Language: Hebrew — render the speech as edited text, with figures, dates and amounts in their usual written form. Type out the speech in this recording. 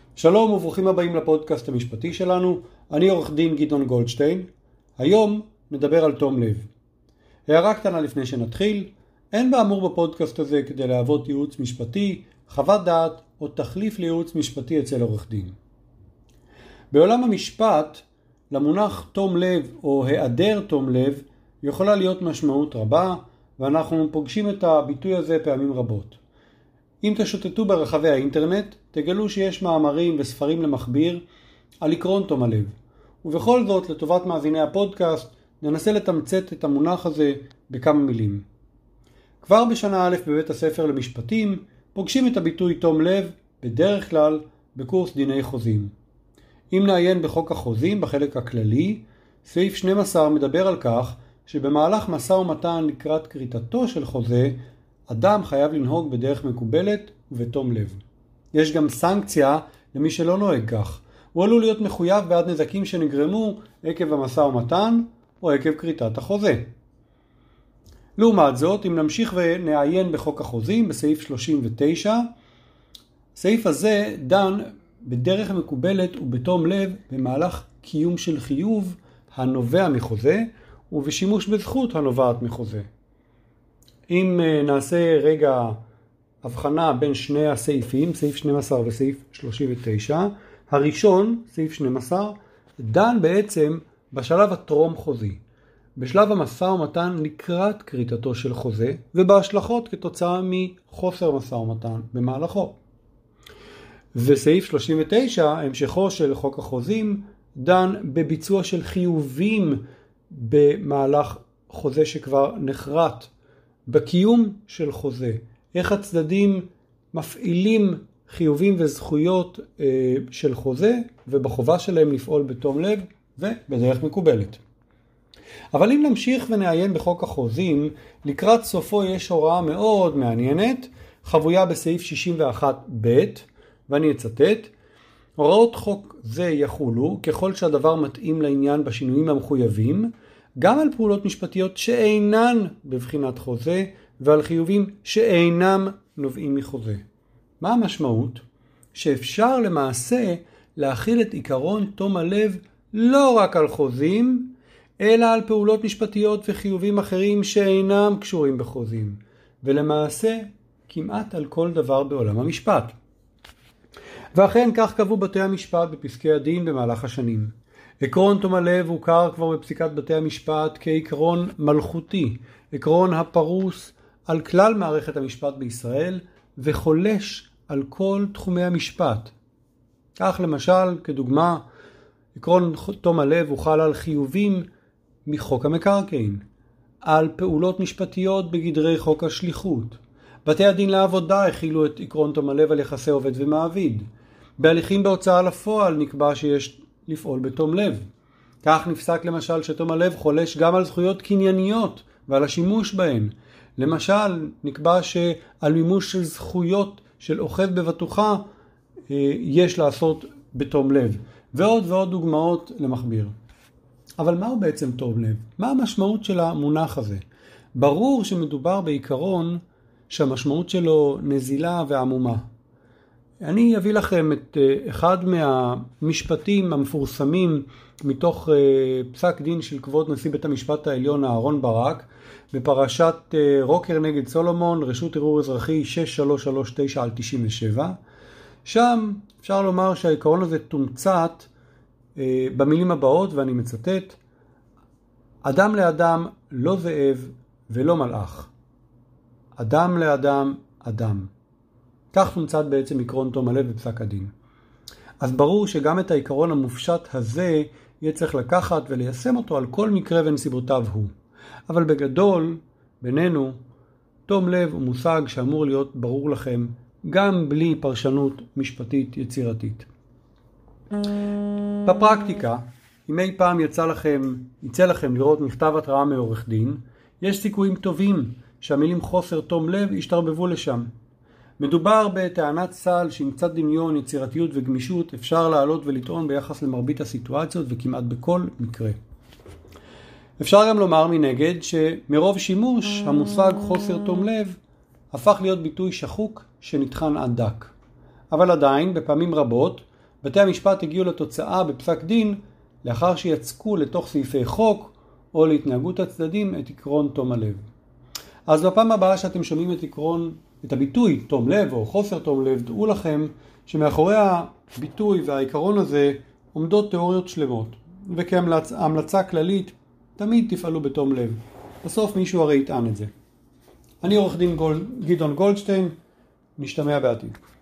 שלום וברוכים הבאים לפודקאסט המשפטי שלנו. אני עורך דין גדעון גולדשטיין. היום נדבר על תום לב. הערה קטנה לפני שנתחיל. אין באמור בפודקאסט הזה כדי להוות ייעוץ משפטי, חוות דעת או תחליף לייעוץ משפטי אצל עורך דין. בעולם המשפט, למונח תום לב או היעדר תום לב יכולה להיות משמעות רבה, ואנחנו פוגשים את הביטוי הזה פעמים רבות. אם תשוטטו ברחבי האינטרנט, תגלו שיש מאמרים וספרים למכביר על עקרון תום הלב. ובכל זאת, לטובת מאזיני הפודקאסט, ננסה לתמצת את המונח הזה בכמה מילים. כבר בשנה א' בבית הספר למשפטים, פוגשים את הביטוי תום לב בדרך כלל בקורס דיני חוזים. אם נעיין בחוק החוזים בחלק הכללי, סעיף 12 מדבר על כך שבמהלך משא ומתן לקראת כריתתו של חוזה, אדם חייב לנהוג בדרך מקובלת ובתום לב. יש גם סנקציה למי שלא נוהג כך. הוא עלול להיות מחויב בעד נזקים שנגרמו עקב המשא ומתן או עקב כריתת החוזה. לעומת זאת, אם נמשיך ונעיין בחוק החוזים בסעיף 39, סעיף הזה דן בדרך מקובלת ובתום לב במהלך קיום של חיוב הנובע מחוזה ובשימוש בזכות הנובעת מחוזה. אם נעשה רגע הבחנה בין שני הסעיפים, סעיף 12 וסעיף 39, הראשון, סעיף 12, דן בעצם בשלב הטרום חוזי, בשלב המשא ומתן לקראת כריתתו של חוזה, ובהשלכות כתוצאה מחוסר משא ומתן במהלכו. וסעיף 39, המשכו של חוק החוזים, דן בביצוע של חיובים במהלך חוזה שכבר נחרט, בקיום של חוזה, איך הצדדים מפעילים חיובים וזכויות של חוזה, ובחובה שלהם לפעול בתום לב ובדרך מקובלת. אבל אם נמשיך ונעיין בחוק החוזים, לקראת סופו יש הוראה מאוד מעניינת, חבויה בסעיף 61ב, ואני אצטט, הוראות חוק זה יחולו ככל שהדבר מתאים לעניין בשינויים המחויבים, גם על פעולות משפטיות שאינן בבחינת חוזה, ועל חיובים שאינם נובעים מחוזה. מה המשמעות? שאפשר למעשה להכיל את עיקרון תום הלב לא רק על חוזים, אלא על פעולות משפטיות וחיובים אחרים שאינם קשורים בחוזים, ולמעשה כמעט על כל דבר בעולם המשפט. ואכן כך קבעו בתי המשפט בפסקי הדין במהלך השנים. עקרון תום הלב הוכר כבר בפסיקת בתי המשפט כעקרון מלכותי, עקרון הפרוס על כלל מערכת המשפט בישראל וחולש על כל תחומי המשפט. כך למשל, כדוגמה, עקרון תום הלב הוחל על חיובים מחוק המקרקעין, על פעולות משפטיות בגדרי חוק השליחות. בתי הדין לעבודה הכילו את עקרון תום הלב על יחסי עובד ומעביד. בהליכים בהוצאה לפועל נקבע שיש לפעול בתום לב. כך נפסק למשל שתום הלב חולש גם על זכויות קנייניות ועל השימוש בהן. למשל נקבע שעל מימוש של זכויות של אוחז בבטוחה יש לעשות בתום לב. ועוד ועוד דוגמאות למכביר. אבל מהו בעצם תום לב? מה המשמעות של המונח הזה? ברור שמדובר בעיקרון שהמשמעות שלו נזילה ועמומה. אני אביא לכם את אחד מהמשפטים המפורסמים מתוך פסק דין של כבוד נשיא בית המשפט העליון אהרון ברק, בפרשת רוקר נגד סולומון, רשות ערעור אזרחי 6339/97. שם אפשר לומר שהעיקרון הזה תומצת במילים הבאות, ואני מצטט, אדם לאדם לא זאב ולא מלאך. אדם לאדם אדם. כך תומצת בעצם עקרון תום הלב בפסק הדין. אז ברור שגם את העיקרון המופשט הזה יהיה צריך לקחת וליישם אותו על כל מקרה ונסיבותיו הוא. אבל בגדול, בינינו, תום לב הוא מושג שאמור להיות ברור לכם גם בלי פרשנות משפטית יצירתית. בפרקטיקה, אם אי פעם יצא לכם לראות מכתב התראה מעורך דין, יש סיכויים טובים שהמילים חוסר תום לב ישתרבבו לשם. מדובר בטענת סל שעם קצת דמיון, יצירתיות וגמישות אפשר לעלות ולטעון ביחס למרבית הסיטואציות וכמעט בכל מקרה. אפשר גם לומר מנגד שמרוב שימוש המושג חוסר תום לב הפך להיות ביטוי שחוק שנטחן עד דק. אבל עדיין בפעמים רבות בתי המשפט הגיעו לתוצאה בפסק דין לאחר שיצקו לתוך סעיפי חוק או להתנהגות הצדדים את עקרון תום הלב. אז בפעם הבאה שאתם שומעים את הביטוי תום לב או חוסר תום לב, דעו לכם שמאחורי הביטוי והעיקרון הזה עומדות תיאוריות שלמות, וכהמלצה כללית תמיד תפעלו בתום לב. בסוף מישהו הרי יטען את זה. אני עורך דין גדעון גולדשטיין, נשתמע בעתיד.